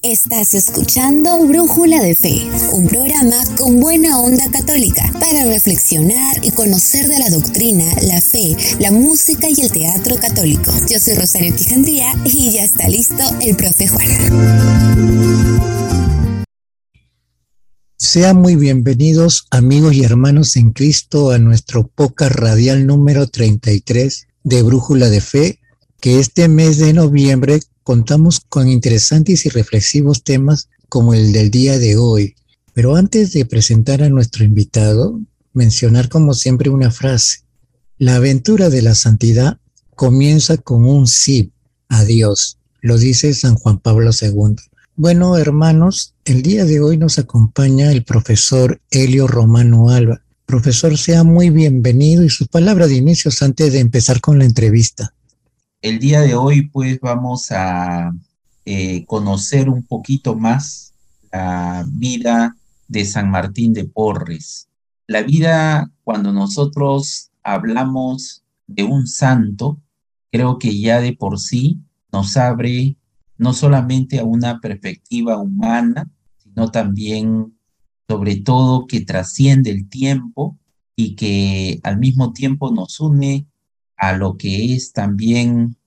Estás escuchando Brújula de Fe, un programa con buena onda católica para reflexionar y conocer de la doctrina, la fe, la música y el teatro católico. Yo soy Rosario Quijandría y ya está listo el profe Juan. Sean muy bienvenidos, amigos y hermanos en Cristo, a nuestro podcast radial número 33 de Brújula de Fe, que este mes de noviembre contamos con interesantes y reflexivos temas como el del día de hoy. Pero antes de presentar a nuestro invitado, mencionar como siempre una frase. La aventura de la santidad comienza con un sí a Dios, lo dice San Juan Pablo II. Bueno, hermanos, el día de hoy nos acompaña el profesor Helio Romano Alba. Profesor, sea muy bienvenido y sus palabras de inicios antes de empezar con la entrevista. El día de hoy, pues, vamos a conocer un poquito más la vida de San Martín de Porres. La vida, cuando nosotros hablamos de un santo, creo que ya de por sí nos abre no solamente a una perspectiva humana, sino también, sobre todo, que trasciende el tiempo y que al mismo tiempo nos une a lo que es también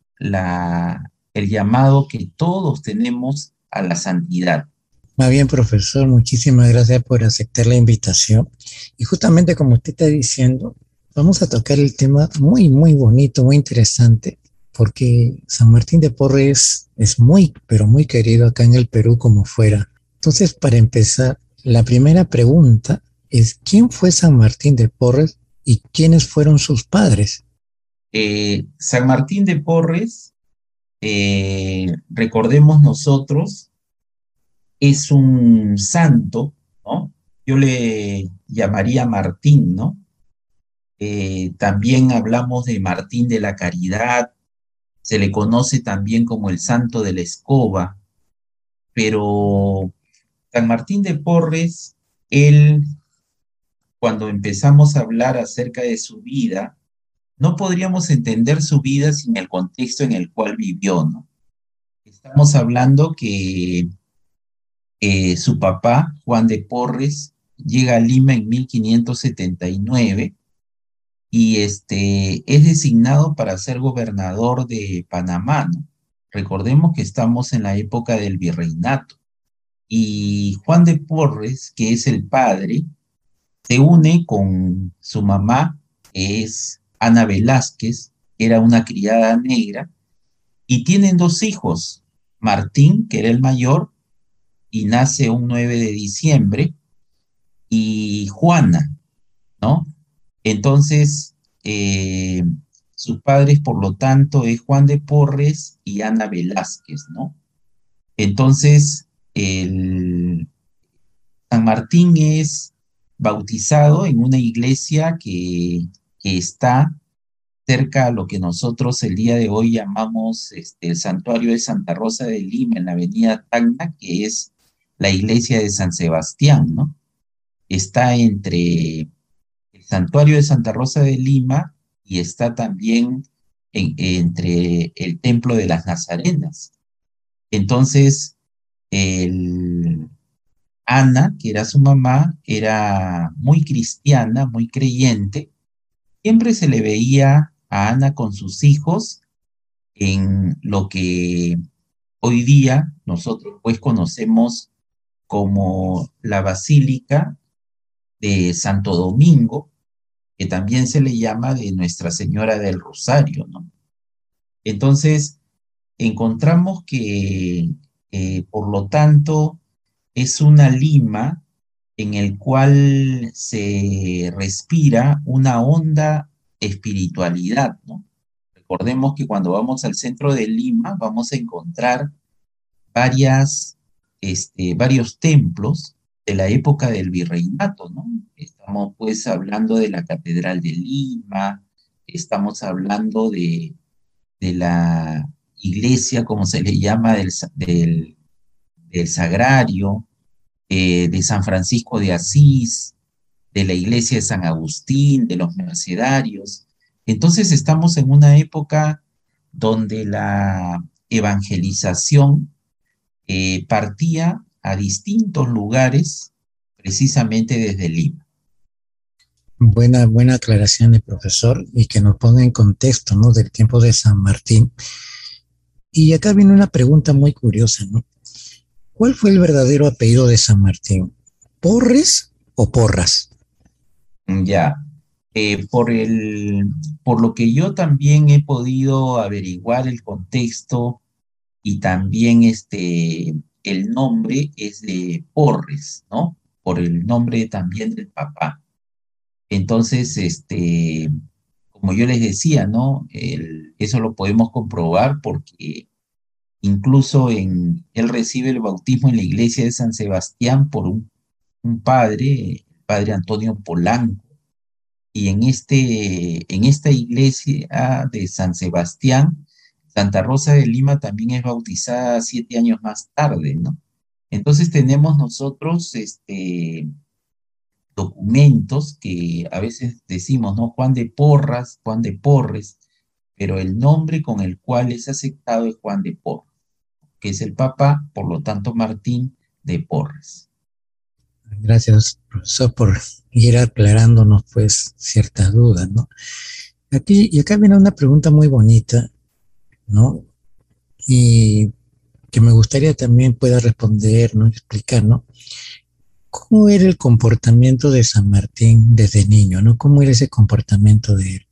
el llamado que todos tenemos a la santidad. Más bien, profesor, muchísimas gracias por aceptar la invitación. Y justamente como usted está diciendo, vamos a tocar el tema muy, muy bonito, muy interesante, porque San Martín de Porres es muy, pero muy querido acá en el Perú como fuera. Entonces, para empezar, la primera pregunta es, ¿quién fue San Martín de Porres y quiénes fueron sus padres? San Martín de Porres, recordemos nosotros, es un santo, ¿no? Yo le llamaría Martín, ¿no? También hablamos de Martín de la Caridad, se le conoce también como el santo de la escoba, pero San Martín de Porres, él, cuando empezamos a hablar acerca de su vida, no podríamos entender su vida sin el contexto en el cual vivió, ¿no? Estamos hablando que su papá, Juan de Porres, llega a Lima en 1579 y es designado para ser gobernador de Panamá, ¿no? Recordemos que estamos en la época del virreinato. Y Juan de Porres, que es el padre, se une con su mamá, que es Ana Velázquez, que era una criada negra, y tienen dos hijos, Martín, que era el mayor, y nace un 9 de diciembre, y Juana, ¿no? Entonces, sus padres, por lo tanto, es Juan de Porres y Ana Velázquez, ¿no? Entonces, San Martín es bautizado en una iglesia que está cerca a lo que nosotros el día de hoy llamamos el Santuario de Santa Rosa de Lima, en la avenida Tacna, que es la iglesia de San Sebastián, ¿no? Está entre el Santuario de Santa Rosa de Lima y está también entre el Templo de las Nazarenas. Entonces, Ana, que era su mamá, era muy cristiana, muy creyente. Siempre se le veía a Ana con sus hijos en lo que hoy día nosotros pues conocemos como la Basílica de Santo Domingo, que también se le llama de Nuestra Señora del Rosario, ¿no? Entonces, encontramos que, por lo tanto, es una Lima en el cual se respira una honda espiritualidad, ¿no? Recordemos que cuando vamos al centro de Lima vamos a encontrar varios templos de la época del virreinato, ¿no? Estamos pues hablando de la Catedral de Lima, estamos hablando de la iglesia, como se le llama, del Sagrario, de San Francisco de Asís, de la iglesia de San Agustín, de los Mercedarios. Entonces estamos en una época donde la evangelización partía a distintos lugares precisamente desde Lima. Buena aclaración de profesor y que nos ponga en contexto, ¿no? Del tiempo de San Martín. Y acá viene una pregunta muy curiosa, ¿no? ¿Cuál fue el verdadero apellido de San Martín? ¿Porres o Porras? Ya, por lo que yo también he podido averiguar el contexto y también el nombre es de Porres, ¿no? Por el nombre también del papá. Entonces, como yo les decía, ¿no? Eso lo podemos comprobar porque incluso él recibe el bautismo en la iglesia de San Sebastián por un padre, el padre Antonio Polanco. Y en esta iglesia de San Sebastián, Santa Rosa de Lima también es bautizada 7 años más tarde, ¿no? Entonces tenemos nosotros documentos que a veces decimos, ¿no? Juan de Porras, Juan de Porres, pero el nombre con el cual es aceptado es Juan de Porres, que es el papá, por lo tanto Martín de Porres. Gracias, profesor, por ir aclarándonos pues ciertas dudas, ¿no? Y acá viene una pregunta muy bonita, ¿no? Y que me gustaría también pueda responder, ¿no? Explicar, ¿no? ¿Cómo era el comportamiento de San Martín desde niño, ¿no? ¿Cómo era ese comportamiento de él?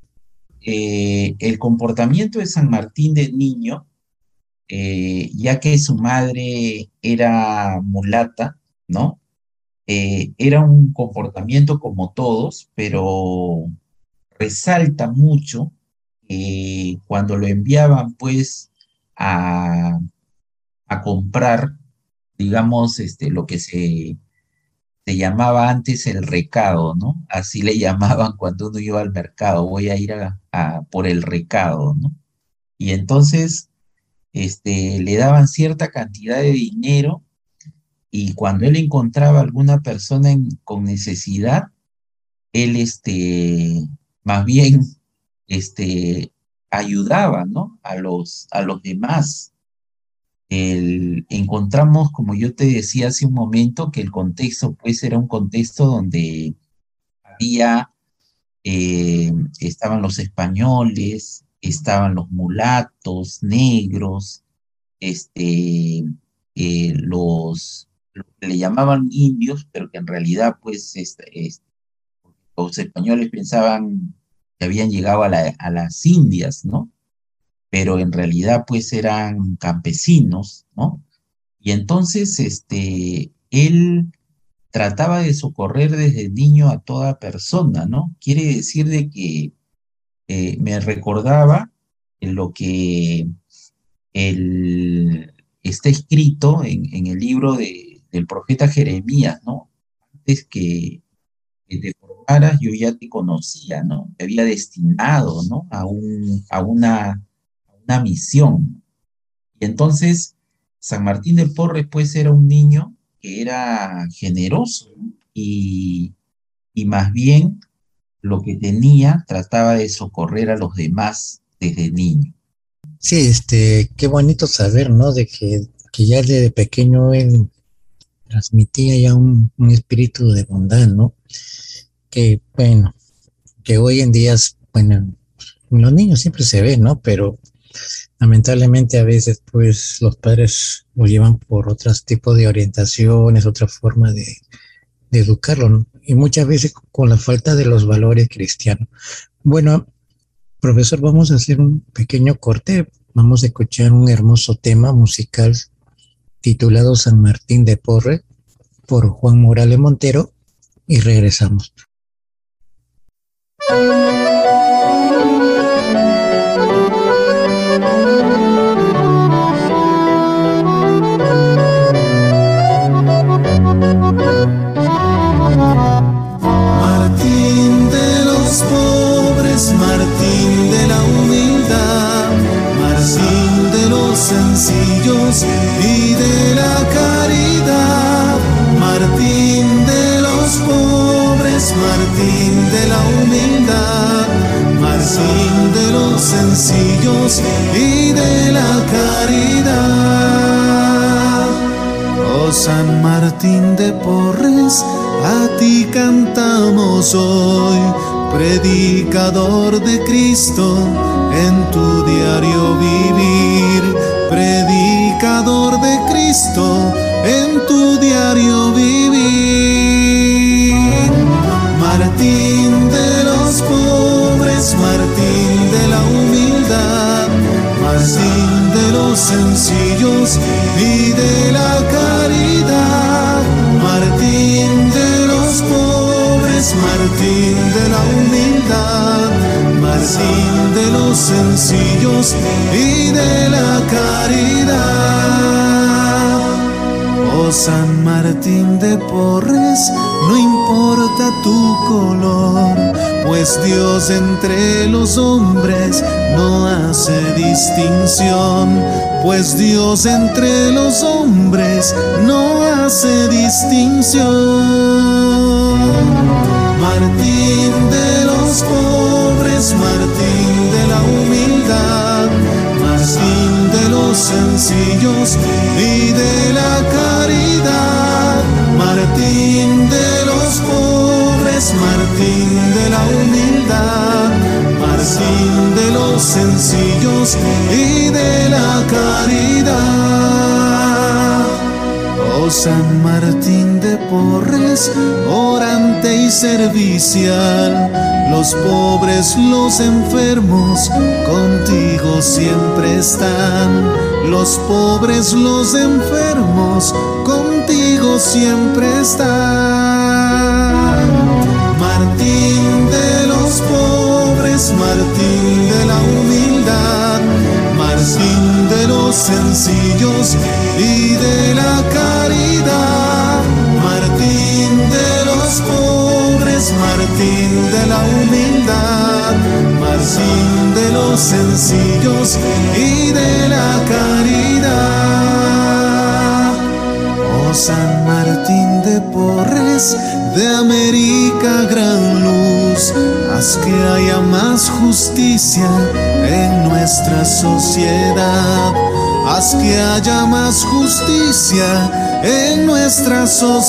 El comportamiento de San Martín de niño, ya que su madre era mulata, ¿no? Era un comportamiento como todos, pero resalta mucho cuando lo enviaban pues a, a comprar, digamos, lo que se llamaba antes el recado, ¿no? Así le llamaban cuando uno iba al mercado, voy a ir por el recado, ¿no? Y entonces le daban cierta cantidad de dinero y cuando él encontraba alguna persona con necesidad, él más bien ayudaba, ¿no? A los demás. Encontramos, como yo te decía hace un momento, que el contexto pues era un contexto donde había, estaban los españoles, estaban los mulatos, negros, lo que le llamaban indios, pero que en realidad pues los españoles pensaban que habían llegado a las Indias, ¿no? Pero en realidad pues eran campesinos, ¿no? Y entonces él trataba de socorrer desde niño a toda persona, ¿no? Quiere decir de que me recordaba en lo que está escrito en el libro del profeta Jeremías, ¿no? Antes que te formaras, yo ya te conocía, ¿no? Te había destinado, ¿no? A una misión. Y entonces, San Martín de Porres, pues, era un niño que era generoso, ¿no? Y más bien lo que tenía trataba de socorrer a los demás desde niño. Sí, qué bonito saber, ¿no? De que ya desde pequeño él transmitía ya un espíritu de bondad, ¿no? Que, bueno, que hoy en día, bueno, los niños siempre se ven, ¿no? Pero lamentablemente a veces, pues, los padres lo llevan por otros tipos de orientaciones, otra forma de educarlo, ¿no? Y muchas veces con la falta de los valores cristianos. Bueno, profesor, vamos a hacer un pequeño corte. Vamos a escuchar un hermoso tema musical titulado San Martín de Porres por Juan Morales Montero y regresamos. Martín de los pobres, Martín de la humildad, Martín de los sencillos y de la caridad, Martín de los pobres, Martín de la humildad, Martín de los sencillos y de la caridad. San Martín de Porres, a ti cantamos hoy, predicador de Cristo en tu diario vivir, predicador de Cristo en tu diario vivir. Martín de los pobres, Martín de la humildad, Martín de los sencillos y de la caridad. Martín de los pobres, Martín de la humildad, Martín de los sencillos y de la caridad. Oh San Martín de Porres, no importa tu color, pues Dios entre los hombres no hace distinción, pues Dios entre los hombres no hace distinción. Martín de los pobres, Martín de la humildad, Martín de los sencillos y de la caridad. Martín de los pobres, Martín de la humildad, Martín de los sencillos y de la caridad. Oh San Martín de Porres, orante y servicial, los pobres, los enfermos, contigo siempre están. Los pobres, los enfermos, contigo siempre están. Martín de los pobres, Martín de la humildad, Martín de los sencillos y de la caridad. Martín de los pobres, Martín de la humildad, Martín de los sencillos y de la caridad. Oh San Martín de Porres, de América gran luz, haz que haya más justicia en nuestra sociedad. Haz que haya más justicia en nuestra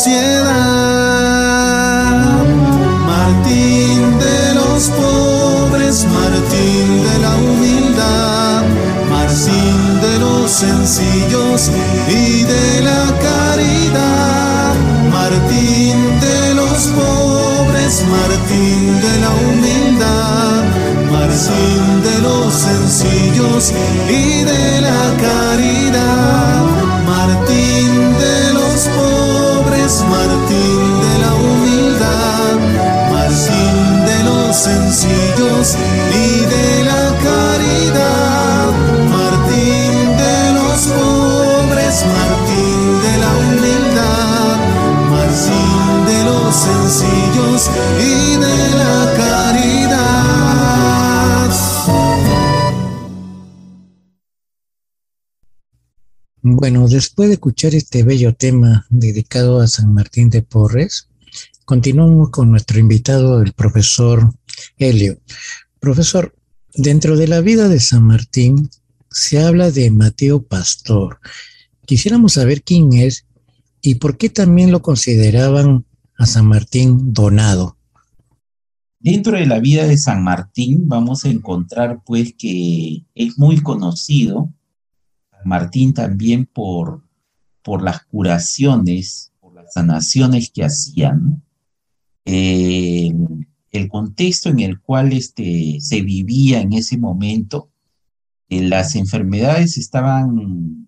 sociedad. Martín de los pobres, Martín de la humildad, Martín de los sencillos y de la caridad. Martín de los pobres, Martín de la humildad, Martín de los sencillos y de la caridad. Martín de los pobres, Martín de la humildad, Martín de los sencillos y de la caridad. Martín de los pobres, Martín de la humildad, Martín de los sencillos y de la caridad. Bueno, después de escuchar este bello tema dedicado a San Martín de Porres, continuamos con nuestro invitado, el profesor Helio. Profesor, dentro de la vida de San Martín se habla de Mateo Pastor. Quisiéramos saber quién es y por qué también lo consideraban a San Martín donado. Dentro de la vida de San Martín vamos a encontrar pues que es muy conocido San Martín también por las curaciones, por las sanaciones que hacía, ¿no? El contexto en el cual se vivía en ese momento, las enfermedades estaban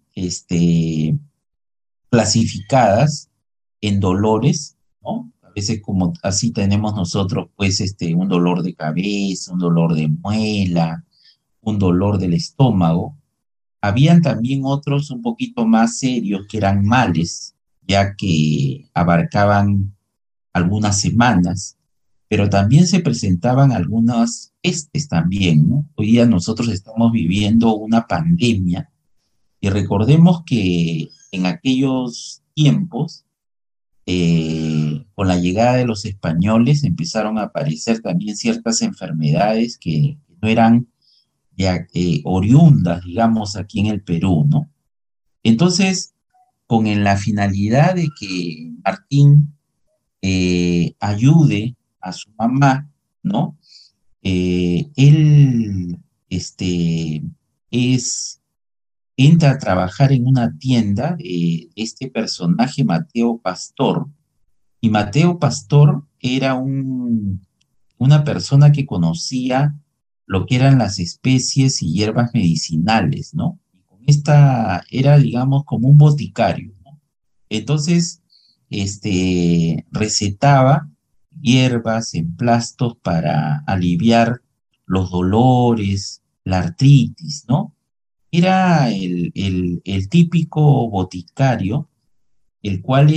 clasificadas en dolores, ¿no? A veces como así tenemos nosotros, pues, un dolor de cabeza, un dolor de muela, un dolor del estómago. Habían también otros un poquito más serios que eran males, ya que abarcaban algunas semanas, pero también se presentaban algunas pestes también, ¿no? Hoy día nosotros estamos viviendo una pandemia y recordemos que en aquellos tiempos, con la llegada de los españoles, empezaron a aparecer también ciertas enfermedades que no eran ya, oriundas, digamos, aquí en el Perú, ¿no? Entonces, con la finalidad de que Martín ayude a su mamá, ¿no? Él es, entra a trabajar en una tienda de este personaje Mateo Pastor, y Mateo Pastor era una persona que conocía lo que eran las especies y hierbas medicinales, ¿no? Y con esta era, digamos, como un boticario, ¿no? Entonces, recetaba hierbas, emplastos para aliviar los dolores, la artritis, ¿no? Era el típico boticario, el cual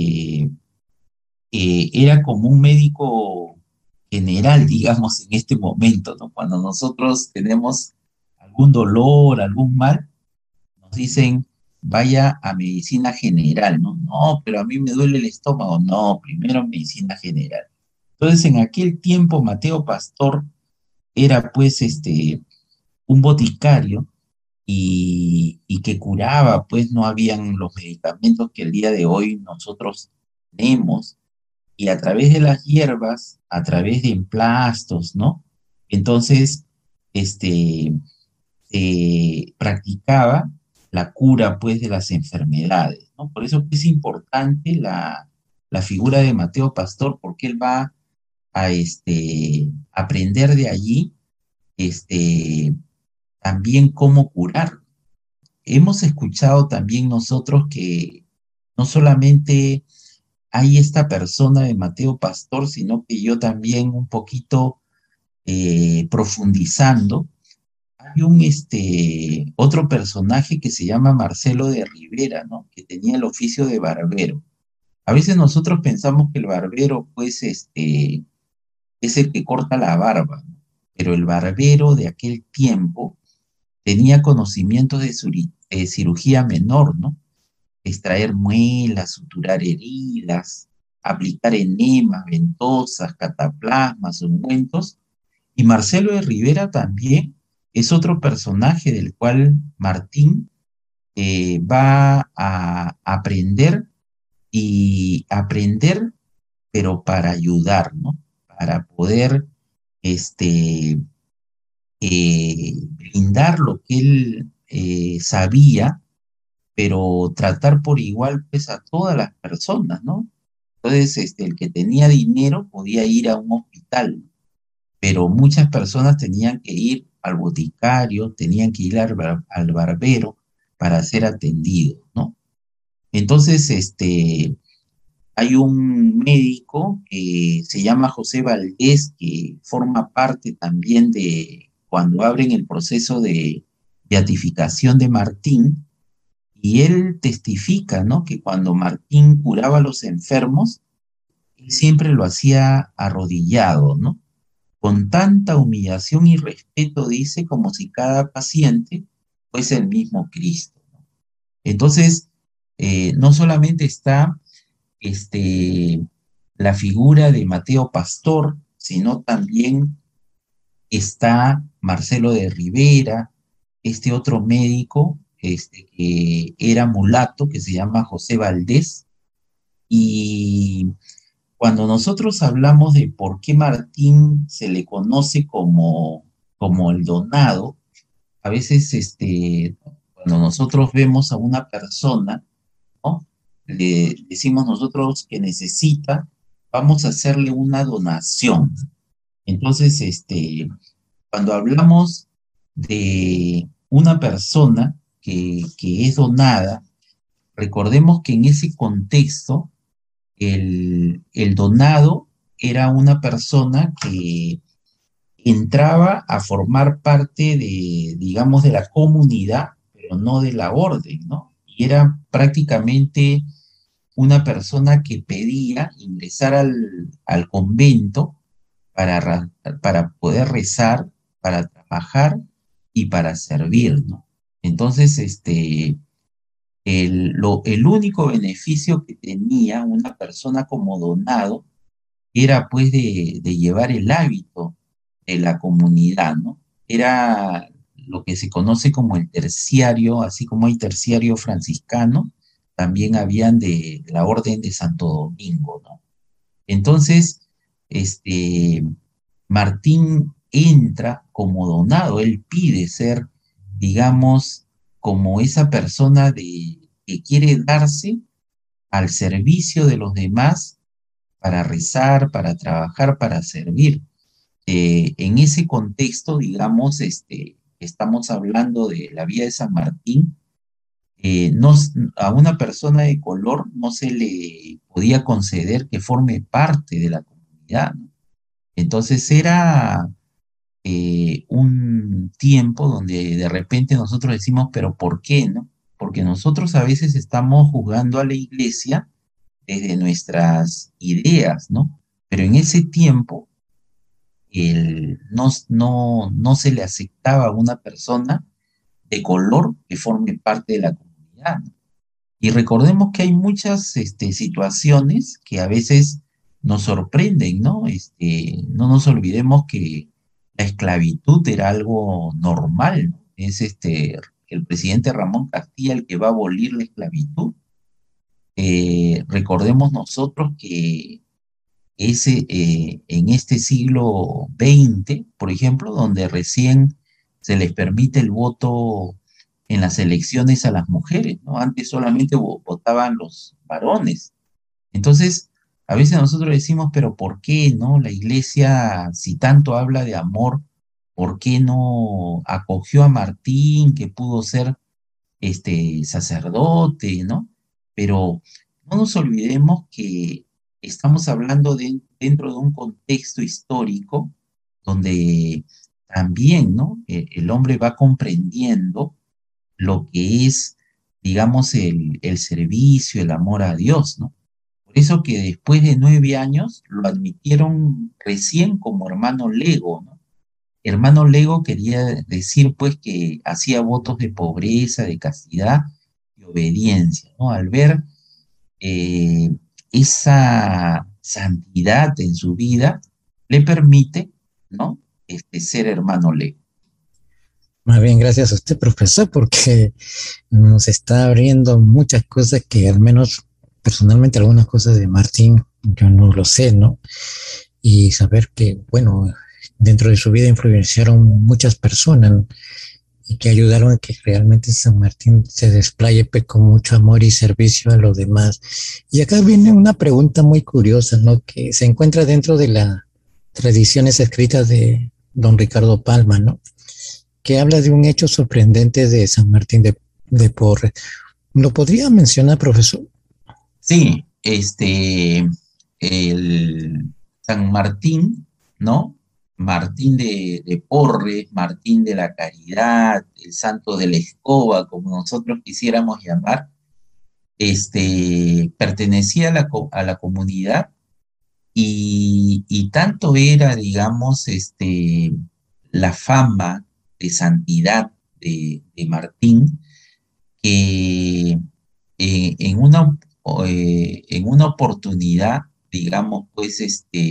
era como un médico general, digamos, en este momento, ¿no? Cuando nosotros tenemos algún dolor, algún mal, nos dicen, vaya a medicina general, ¿no? No, pero a mí me duele el estómago. No, primero medicina general. Entonces, en aquel tiempo, Mateo Pastor era, pues, un boticario y que curaba, pues, no habían los medicamentos que el día de hoy nosotros tenemos, y a través de las hierbas, a través de emplastos, ¿no? Entonces, practicaba la cura, pues, de las enfermedades, ¿no? Por eso es importante la figura de Mateo Pastor, porque él va a aprender de allí, también cómo curar. Hemos escuchado también nosotros que no solamente hay esta persona de Mateo Pastor, sino que yo también un poquito profundizando, hay otro personaje que se llama Marcelo de Rivera, ¿no? Que tenía el oficio de barbero. A veces nosotros pensamos que el barbero, pues, es el que corta la barba, ¿no? Pero el barbero de aquel tiempo tenía conocimientos de cirugía menor, ¿no? Extraer muelas, suturar heridas, aplicar enemas, ventosas, cataplasmas, ungüentos. Y Marcelo de Rivera también es otro personaje del cual Martín va a aprender y aprender, pero para ayudar, ¿no? Para poder este, brindar lo que él sabía, pero tratar por igual pues a todas las personas, ¿no? Entonces, el que tenía dinero podía ir a un hospital, pero muchas personas tenían que ir al boticario, tenían que ir al barbero para ser atendidos, ¿no? Entonces, hay un médico que se llama José Valdés, que forma parte también de cuando abren el proceso de beatificación de Martín, y él testifica, ¿no? Que cuando Martín curaba a los enfermos, él siempre lo hacía arrodillado, ¿no? Con tanta humillación y respeto, dice, como si cada paciente fuese el mismo Cristo, ¿no? Entonces, no solamente está este, la figura de Mateo Pastor, sino también está Marcelo de Rivera, este otro médico que era mulato, que se llama José Valdés. Y cuando nosotros hablamos de por qué Martín se le conoce como el donado, a veces cuando nosotros vemos a una persona, ¿no? Le decimos nosotros que necesita, vamos a hacerle una donación. Entonces, cuando hablamos de una persona que es donada, recordemos que en ese contexto, el donado era una persona que entraba a formar parte de, digamos, de la comunidad, pero no de la orden, ¿no? Y era prácticamente una persona que pedía ingresar al convento para poder rezar, para trabajar y para servir, ¿no? Entonces, el único beneficio que tenía una persona como donado era pues de llevar el hábito de la comunidad, ¿no? Era lo que se conoce como el terciario, así como hay terciario franciscano, también habían de la Orden de Santo Domingo, ¿no? Entonces, Martín entra como donado, él pide ser, digamos, como esa persona que quiere darse al servicio de los demás para rezar, para trabajar, para servir. En ese contexto, digamos, estamos hablando de la vida de San Martín. No, a una persona de color no se le podía conceder que forme parte de la comunidad, ¿no? Entonces era un tiempo donde de repente nosotros decimos, pero ¿por qué, no? Porque nosotros a veces estamos juzgando a la iglesia desde nuestras ideas, ¿no? Pero en ese tiempo no se le aceptaba a una persona de color que forme parte de la comunidad, ¿no? Y recordemos que hay muchas situaciones que a veces nos sorprenden, ¿no? No nos olvidemos que la esclavitud era algo normal, ¿no? Es el presidente Ramón Castilla el que va a abolir la esclavitud. Recordemos nosotros que en este siglo XX, por ejemplo, donde recién se les permite el voto en las elecciones a las mujeres, ¿no? Antes solamente votaban los varones. Entonces, a veces nosotros decimos, pero ¿por qué, no? La iglesia, si tanto habla de amor, ¿por qué no acogió a Martín, que pudo ser sacerdote, ¿no? Pero no nos olvidemos que estamos hablando dentro de un contexto histórico donde también, ¿no? El hombre va comprendiendo lo que es, digamos, el servicio, el amor a Dios, ¿no? Por eso que después de 9 años lo admitieron recién como hermano lego, ¿no? Hermano lego quería decir, pues, que hacía votos de pobreza, de castidad y obediencia, ¿no? Al ver eh, esa santidad en su vida, le permite, ¿no? Ser hermano lego. Más bien, gracias a usted, profesor, porque nos está abriendo muchas cosas que al menos personalmente algunas cosas de Martín yo no lo sé, ¿no? Y saber que, bueno, dentro de su vida influenciaron muchas personas, ¿no? Y que ayudaron a que realmente San Martín se desplaye pues, con mucho amor y servicio a los demás. Y acá viene una pregunta muy curiosa, ¿no? Que se encuentra dentro de las tradiciones escritas de don Ricardo Palma, ¿no? Que habla de un hecho sorprendente de San Martín de Porres. ¿Lo podría mencionar, profesor? Sí, el San Martín, ¿no? Martín de Porres, Martín de la Caridad, el Santo de la Escoba, como nosotros quisiéramos llamar, pertenecía a la comunidad y tanto era, digamos, la fama de santidad de Martín que en una oportunidad, digamos, pues,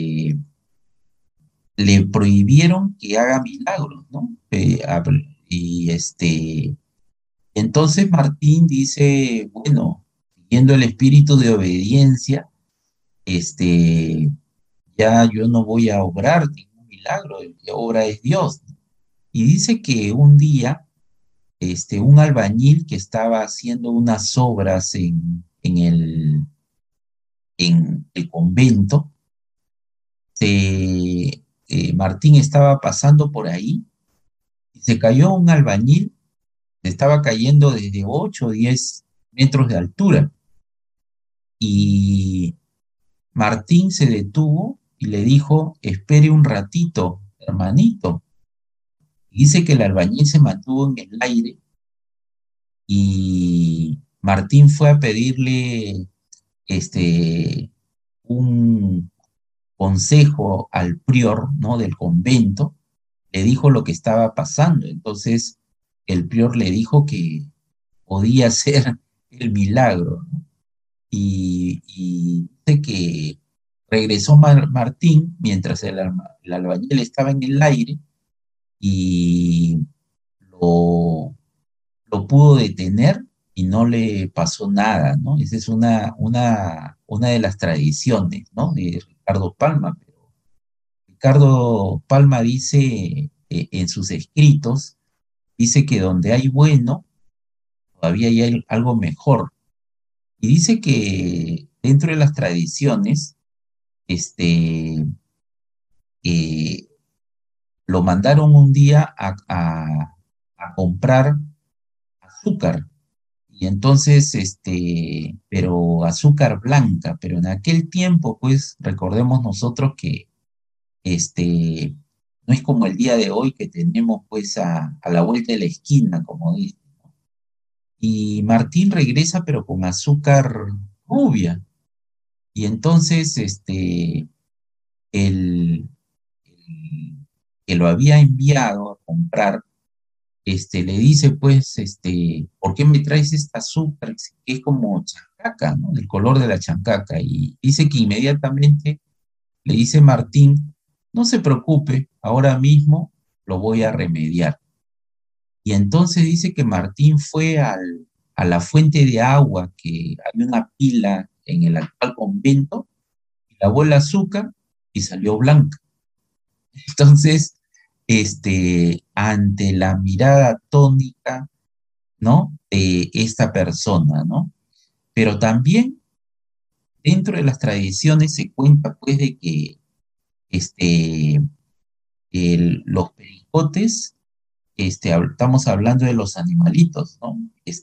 le prohibieron que haga milagros, ¿no? Y entonces Martín dice, bueno, siguiendo el espíritu de obediencia, este, ya yo no voy a obrar ningún milagro, el que obra es Dios. Y dice que un día, un albañil que estaba haciendo unas obras en el convento, Martín estaba pasando por ahí y se cayó un albañil, se estaba cayendo desde 8 o 10 metros de altura. Y Martín se detuvo y le dijo, espere un ratito, hermanito. Y dice que el albañil se mantuvo en el aire y Martín fue a pedirle un consejo al prior, ¿no? Del convento, le dijo lo que estaba pasando. Entonces el prior le dijo que podía hacer el milagro, ¿no? Y dice que regresó Martín mientras el albañil estaba en el aire y lo, lo pudo detener y no le pasó nada, ¿no? Esa es una de las tradiciones, ¿no? De Ricardo Palma. Pero Ricardo Palma dice en sus escritos, dice que donde hay bueno, todavía hay algo mejor. Y dice que dentro de las tradiciones, este, eh, lo mandaron un día a comprar azúcar. Y entonces, pero azúcar blanca, pero en aquel tiempo, pues, recordemos nosotros que, no es como el día de hoy que tenemos, pues, a la vuelta de la esquina, como dicen. Y Martín regresa, pero con azúcar rubia. Y entonces, el, el que lo había enviado a comprar, le dice, pues, ¿por qué me traes esta azúcar? Que es como chancaca, ¿no? Del color de la chancaca. Y dice que inmediatamente le dice Martín, no se preocupe, ahora mismo lo voy a remediar. Y entonces dice que Martín fue a la fuente de agua, que hay una pila en el actual convento, y lavó el azúcar y salió blanca. Entonces, ante la mirada atónica, ¿no? De esta persona, ¿no? Pero también dentro de las tradiciones se cuenta, pues, de que este, los pericotes, estamos hablando de los animalitos, ¿no?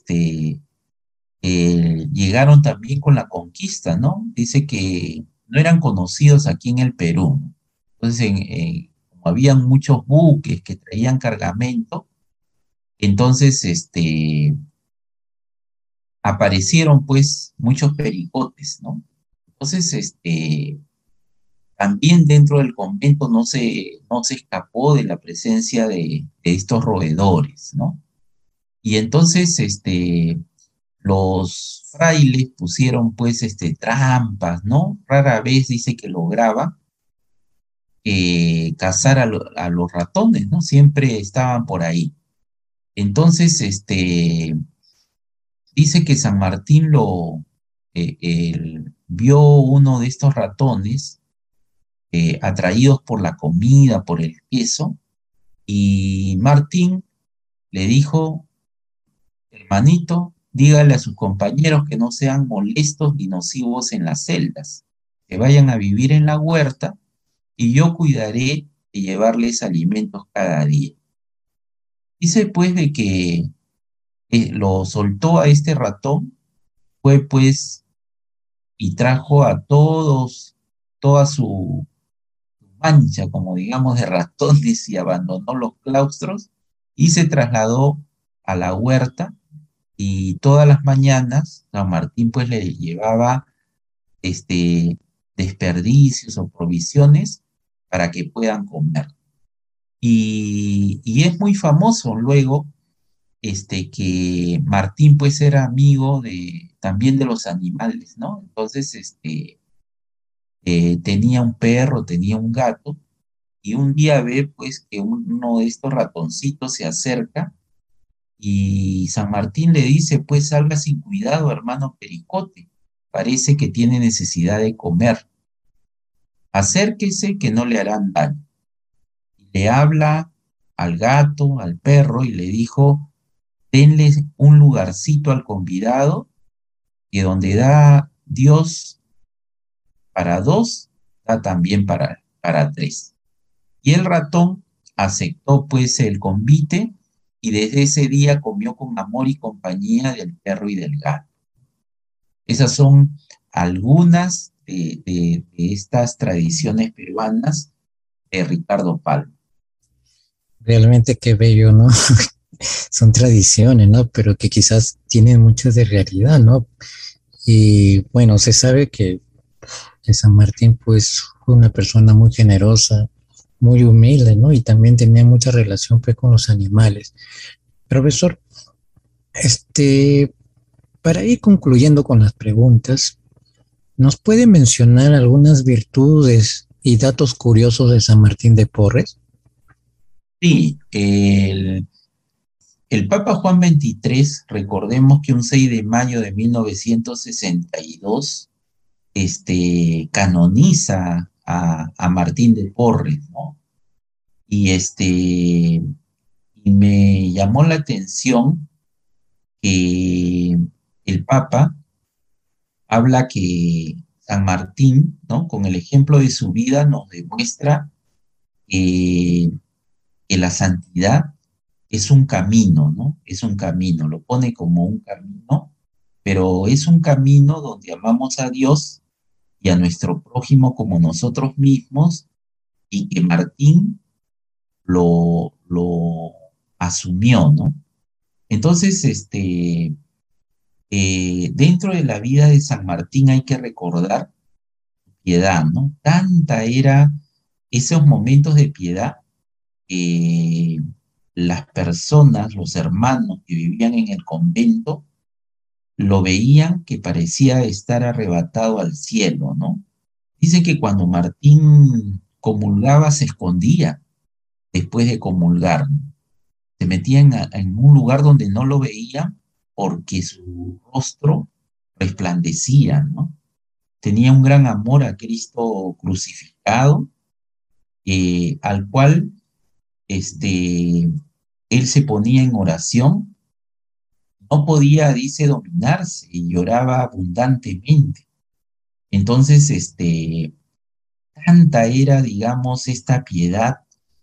Llegaron también con la conquista, ¿no? Dice que no eran conocidos aquí en el Perú, ¿no? Entonces, como habían muchos buques que traían cargamento, entonces, aparecieron pues muchos pericotes, ¿no? Entonces, también dentro del convento no se escapó de la presencia de estos roedores, ¿no? Y entonces, los frailes pusieron pues, trampas, ¿no? Rara vez dice que lograba cazar a los ratones, ¿no? Siempre estaban por ahí. Entonces, dice que San Martín él vio uno de estos ratones atraídos por la comida, por el queso, y Martín le dijo, hermanito, dígale a sus compañeros que no sean molestos ni nocivos en las celdas, que vayan a vivir en la huerta y yo cuidaré de llevarles alimentos cada día. Dice pues de que lo soltó a este ratón, fue pues y trajo a todos, toda su mancha, como digamos, de ratones y abandonó los claustros y se trasladó a la huerta y todas las mañanas San Martín pues le llevaba desperdicios o provisiones para que puedan comer. Y es muy famoso luego que Martín pues era amigo también de los animales, ¿no? Entonces, tenía un perro, tenía un gato, y un día ve pues que uno de estos ratoncitos se acerca y San Martín le dice, pues salga sin cuidado, hermano Pericote, parece que tiene necesidad de comer, acérquese que no le harán daño. Le habla al gato, al perro, y le dijo, denle un lugarcito al convidado, que donde da Dios para dos, da también para tres. Y el ratón aceptó pues el convite y desde ese día comió con amor y compañía del perro y del gato. Esas son algunas de estas tradiciones peruanas de Ricardo Palma. Realmente qué bello, ¿no? Son tradiciones, ¿no? Pero que quizás tienen mucho de realidad, ¿no? Y bueno, se sabe que San Martín pues fue una persona muy generosa, muy humilde, ¿no? Y también tenía mucha relación pues con los animales. Profesor, para ir concluyendo con las preguntas, ¿nos puede mencionar algunas virtudes y datos curiosos de San Martín de Porres? Sí, el Papa Juan XXIII, recordemos que un 6 de mayo de 1962, canoniza a Martín de Porres, ¿no? Y me llamó la atención que el Papa habla que San Martín, ¿no? Con el ejemplo de su vida nos demuestra que, que la santidad es un camino, ¿no? Es un camino, lo pone como un camino, pero es un camino donde amamos a Dios y a nuestro prójimo como nosotros mismos, y que Martín lo asumió, ¿no? Entonces, dentro de la vida de San Martín hay que recordar piedad, ¿no? Tanta era esos momentos de piedad que las personas, los hermanos que vivían en el convento, lo veían que parecía estar arrebatado al cielo, ¿no? Dice que cuando Martín comulgaba se escondía después de comulgar, ¿no? Se metía en un lugar donde no lo veían porque su rostro resplandecía, ¿no? Tenía un gran amor a Cristo crucificado, al cual él se ponía en oración, no podía, dice, dominarse y lloraba abundantemente. Entonces, tanta era, digamos, esta piedad,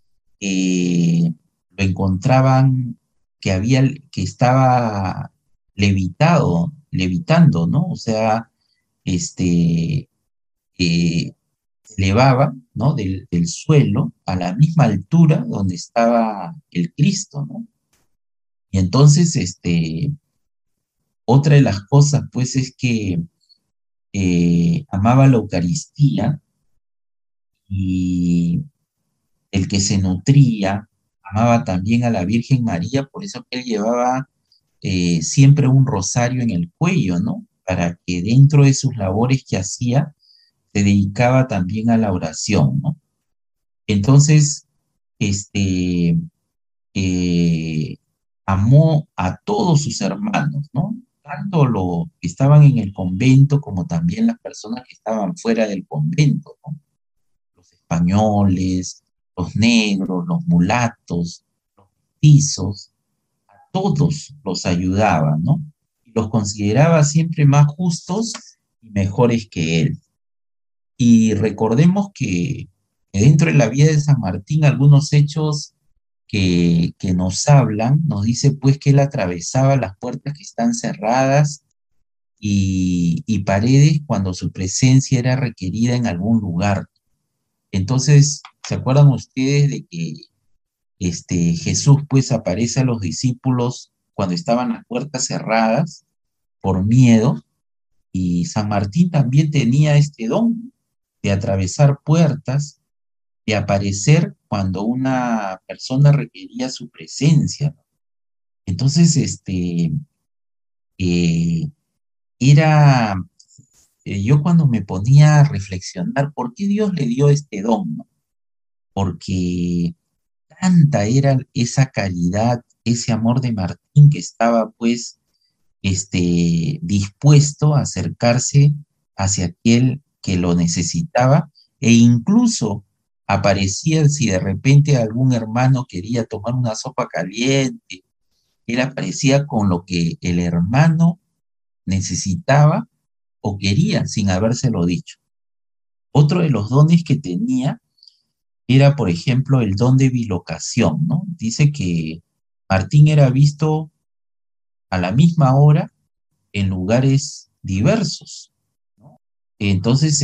lo encontraban que estaba levitando, ¿no? O sea, este, se elevaba, ¿no? Del suelo a la misma altura donde estaba el Cristo, ¿no? Y entonces, otra de las cosas, pues, es que amaba la Eucaristía, y el que se nutría, amaba también a la Virgen María, por eso que él llevaba siempre un rosario en el cuello, ¿no? Para que dentro de sus labores que hacía, se dedicaba también a la oración, ¿no? Entonces, este, eh, amó a todos sus hermanos, ¿no? Tanto los que estaban en el convento como también las personas que estaban fuera del convento, ¿no? Los españoles, los negros, los mulatos, los mestizos, a todos los ayudaba, ¿no? Y los consideraba siempre más justos y mejores que él. Y recordemos que dentro de la vida de San Martín, algunos hechos que nos hablan, nos dice pues que él atravesaba las puertas que están cerradas y paredes cuando su presencia era requerida en algún lugar. Entonces, ¿se acuerdan ustedes de que Jesús pues aparece a los discípulos cuando estaban las puertas cerradas por miedo? Y San Martín también tenía este don de atravesar puertas, de aparecer cuando una persona requería su presencia. Entonces, eh, era, yo cuando me ponía a reflexionar, ¿por qué Dios le dio este don, no? Porque tanta era esa caridad, ese amor de Martín, que estaba pues dispuesto a acercarse hacia aquel que lo necesitaba, e incluso aparecía si de repente algún hermano quería tomar una sopa caliente, él aparecía con lo que el hermano necesitaba o quería sin habérselo dicho. Otro de los dones que tenía era, por ejemplo, el don de bilocación, ¿no? Dice que Martín era visto a la misma hora en lugares diversos, ¿no? Entonces,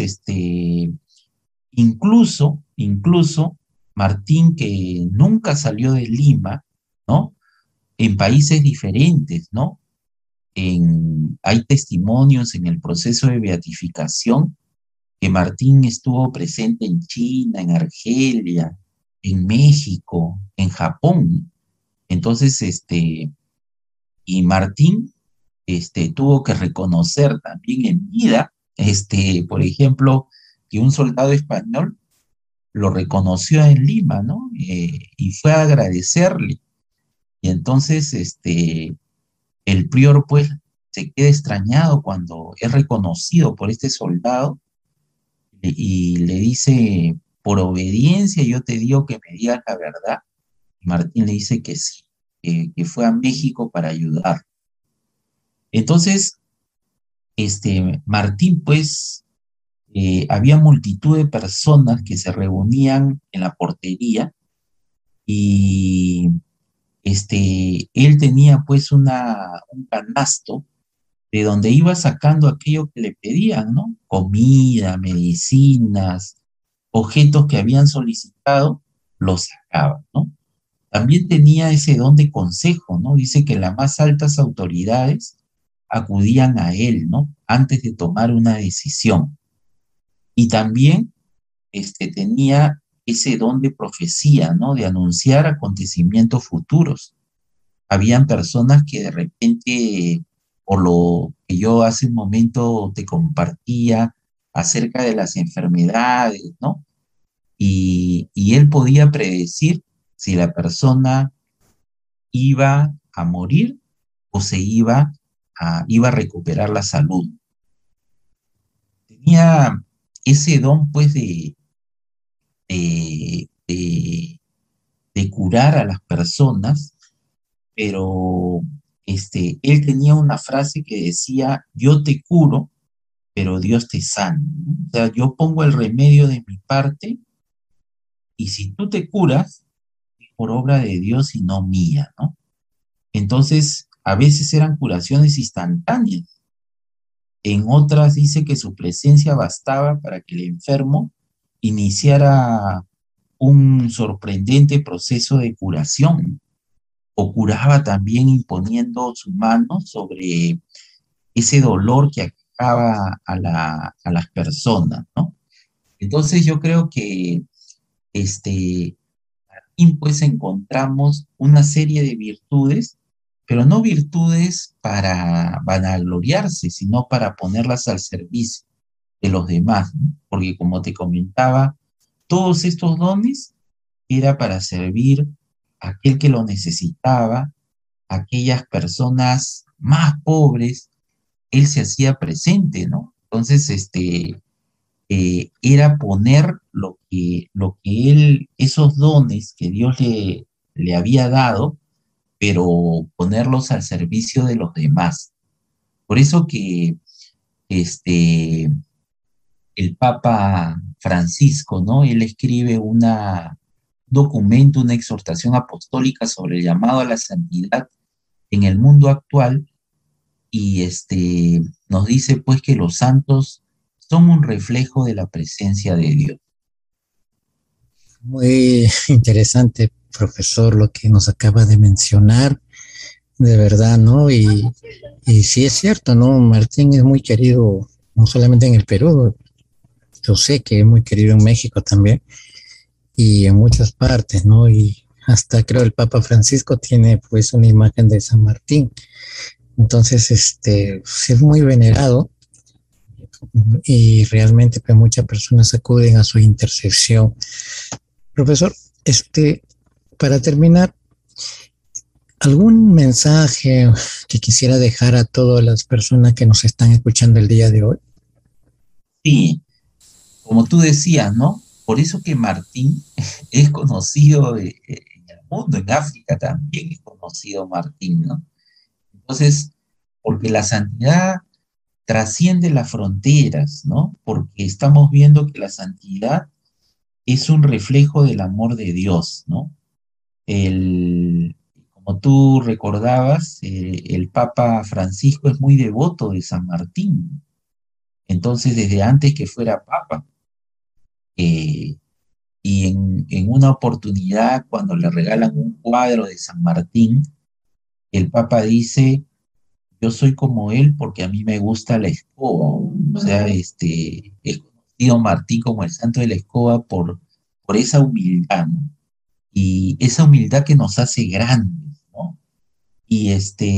incluso Martín, que nunca salió de Lima, ¿no? En países diferentes, ¿no? Hay testimonios en el proceso de beatificación que Martín estuvo presente en China, en Argelia, en México, en Japón. Entonces, y Martín, tuvo que reconocer también en vida, por ejemplo, que un soldado español lo reconoció en Lima, ¿no? Y fue a agradecerle. Y entonces, el prior, pues, se queda extrañado cuando es reconocido por este soldado y le dice, por obediencia yo te digo que me digas la verdad. Y Martín le dice que sí, que fue a México para ayudar. Entonces, Martín, pues, había multitud de personas que se reunían en la portería y él tenía pues un canasto de donde iba sacando aquello que le pedían, ¿no? Comida, medicinas, objetos que habían solicitado, los sacaba, ¿no? También tenía ese don de consejo, ¿no? Dice que las más altas autoridades acudían a él, ¿no? Antes de tomar una decisión. Y también tenía ese don de profecía, ¿no? De anunciar acontecimientos futuros. Habían personas que de repente, por lo que yo hace un momento te compartía acerca de las enfermedades, ¿no? Y él podía predecir si la persona iba a morir o iba a recuperar la salud. Tenía ese don, pues, de, de, de curar a las personas, pero él tenía una frase que decía, yo te curo, pero Dios te sana, ¿no? O sea, yo pongo el remedio de mi parte y si tú te curas, es por obra de Dios y no mía, ¿no? Entonces, a veces eran curaciones instantáneas. En otras dice que su presencia bastaba para que el enfermo iniciara un sorprendente proceso de curación, o curaba también imponiendo su mano sobre ese dolor que aquejaba a las personas, ¿no? Entonces yo creo que aquí pues encontramos una serie de virtudes, pero no virtudes para vanagloriarse, sino para ponerlas al servicio de los demás, ¿no? Porque como te comentaba, todos estos dones era para servir a aquel que lo necesitaba, a aquellas personas más pobres, él se hacía presente, ¿no? Entonces, era poner lo que él, esos dones que Dios le había dado, pero ponerlos al servicio de los demás. Por eso que este, el Papa Francisco, ¿no? Él escribe un documento, una exhortación apostólica sobre el llamado a la santidad en el mundo actual y nos dice pues que los santos son un reflejo de la presencia de Dios. Muy interesante, profesor, lo que nos acaba de mencionar, de verdad, ¿no? Y sí es cierto, ¿no? Martín es muy querido, no solamente en el Perú, yo sé que es muy querido en México también y en muchas partes, ¿no? Y hasta creo el Papa Francisco tiene pues una imagen de San Martín. Entonces, sí es muy venerado y realmente pues muchas personas acuden a su intercesión. Profesor, para terminar, ¿algún mensaje que quisiera dejar a todas las personas que nos están escuchando el día de hoy? Sí, como tú decías, ¿no? Por eso que Martín es conocido en el mundo, en África también es conocido Martín, ¿no? Entonces, porque la santidad trasciende las fronteras, ¿no? Porque estamos viendo que la santidad es un reflejo del amor de Dios, ¿no? Como tú recordabas, el Papa Francisco es muy devoto de San Martín. Entonces, desde antes que fuera Papa, eh, y en una oportunidad, cuando le regalan un cuadro de San Martín, el Papa dice, yo soy como él porque a mí me gusta la escoba. O sea, es conocido Martín como el santo de la escoba por esa humildad, ¿no? Y esa humildad que nos hace grandes, ¿no? Y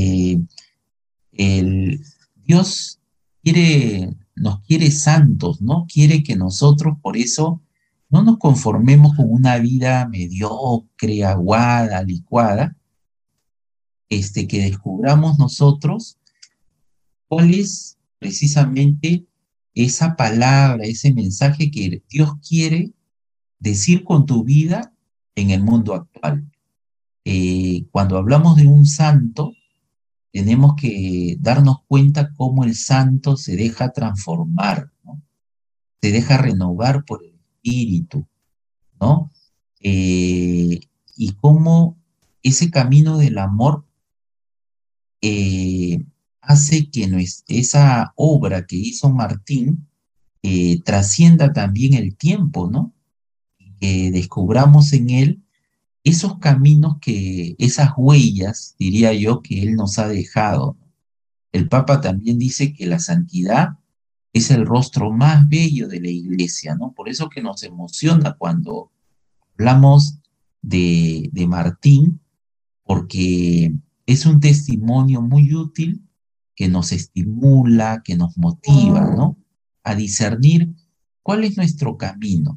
el Dios nos quiere santos, ¿no? Quiere que nosotros, por eso, no nos conformemos con una vida mediocre, aguada, licuada, que descubramos nosotros cuál es precisamente esa palabra, ese mensaje que Dios quiere decir con tu vida en el mundo actual. Cuando hablamos de un santo, tenemos que darnos cuenta cómo el santo se deja transformar, ¿no? Se deja renovar por el Espíritu, ¿no? Y cómo ese camino del amor hace que esa obra que hizo Martín trascienda también el tiempo, ¿no? Que descubramos en él esos caminos esas huellas, diría yo, que él nos ha dejado. El Papa también dice que la santidad es el rostro más bello de la Iglesia, ¿no? Por eso que nos emociona cuando hablamos de Martín, porque es un testimonio muy útil que nos estimula, que nos motiva, ¿no? A discernir cuál es nuestro camino.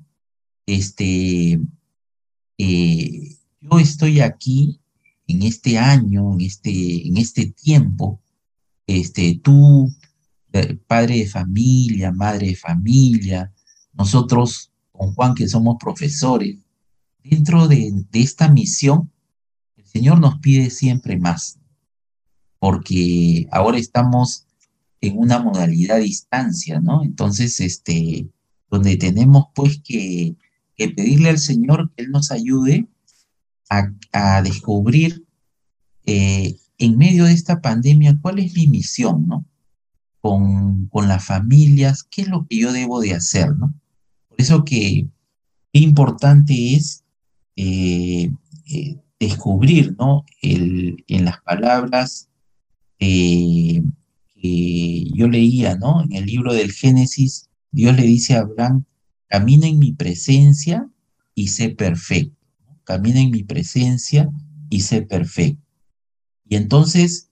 Yo estoy aquí en este año, en este tiempo, tú, padre de familia, madre de familia, nosotros con Juan que somos profesores, dentro de esta misión, el Señor nos pide siempre más, porque ahora estamos en una modalidad a distancia, ¿no? Entonces, donde tenemos pues que pedirle al Señor que Él nos ayude a descubrir en medio de esta pandemia cuál es mi misión, ¿no? Con las familias, qué es lo que yo debo de hacer, ¿no? Por eso que qué importante es descubrir, ¿no? En las palabras que yo leía, ¿no? En el libro del Génesis, Dios le dice a Abraham, camina en mi presencia y sé perfecto, ¿no? Camina en mi presencia y sé perfecto. Y entonces,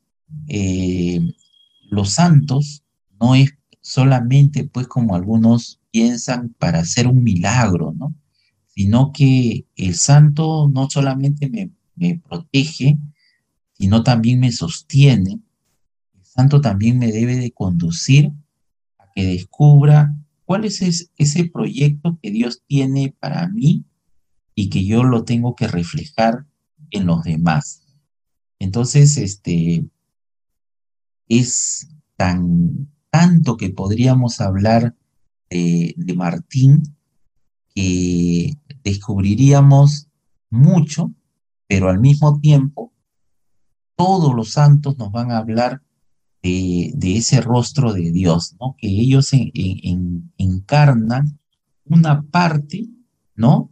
los santos no es solamente, pues, como algunos piensan, para hacer un milagro, ¿no? Sino que el santo no solamente me protege, sino también me sostiene. El santo también me debe de conducir a que descubra cuál es ese proyecto que Dios tiene para mí y que yo lo tengo que reflejar en los demás. Entonces, es tanto que podríamos hablar de Martín, que descubriríamos mucho, pero al mismo tiempo todos los santos nos van a hablar de ese rostro de Dios, ¿no? Que ellos encarnan una parte, ¿no?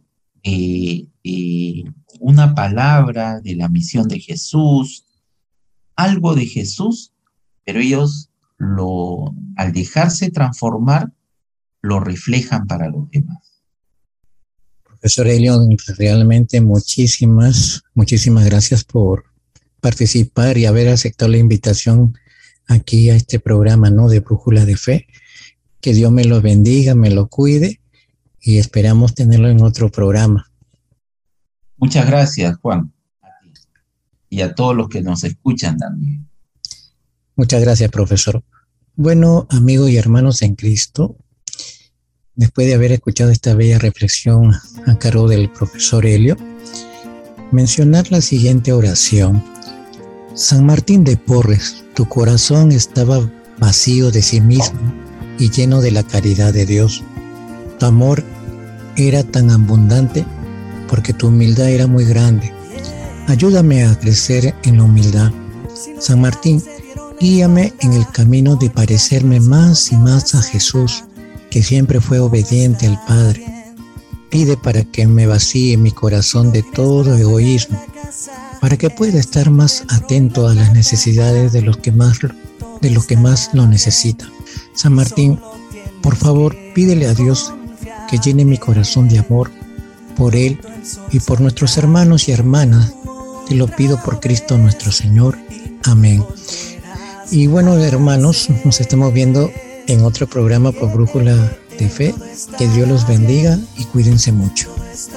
Una palabra de la misión de Jesús, algo de Jesús, pero ellos al dejarse transformar, lo reflejan para los demás. Profesor Helio, realmente muchísimas gracias por participar y haber aceptado la invitación aquí a este programa, ¿no? De Brújula de Fe. Que Dios me lo bendiga, me lo cuide y esperamos tenerlo en otro programa. Muchas gracias, Juan, a ti y a todos los que nos escuchan también. Muchas gracias, profesor. Bueno, amigos y hermanos en Cristo, después de haber escuchado esta bella reflexión a cargo del profesor Helio, mencionar la siguiente oración. San Martín de Porres, tu corazón estaba vacío de sí mismo y lleno de la caridad de Dios. Tu amor era tan abundante porque tu humildad era muy grande. Ayúdame a crecer en la humildad. San Martín, guíame en el camino de parecerme más y más a Jesús, que siempre fue obediente al Padre. Pide para que me vacíe mi corazón de todo egoísmo, para que pueda estar más atento a las necesidades de los que más lo necesitan. San Martín, por favor, pídele a Dios que llene mi corazón de amor por Él y por nuestros hermanos y hermanas. Te lo pido por Cristo nuestro Señor. Amén. Y bueno, hermanos, nos estamos viendo en otro programa por Brújula de Fe. Que Dios los bendiga y cuídense mucho.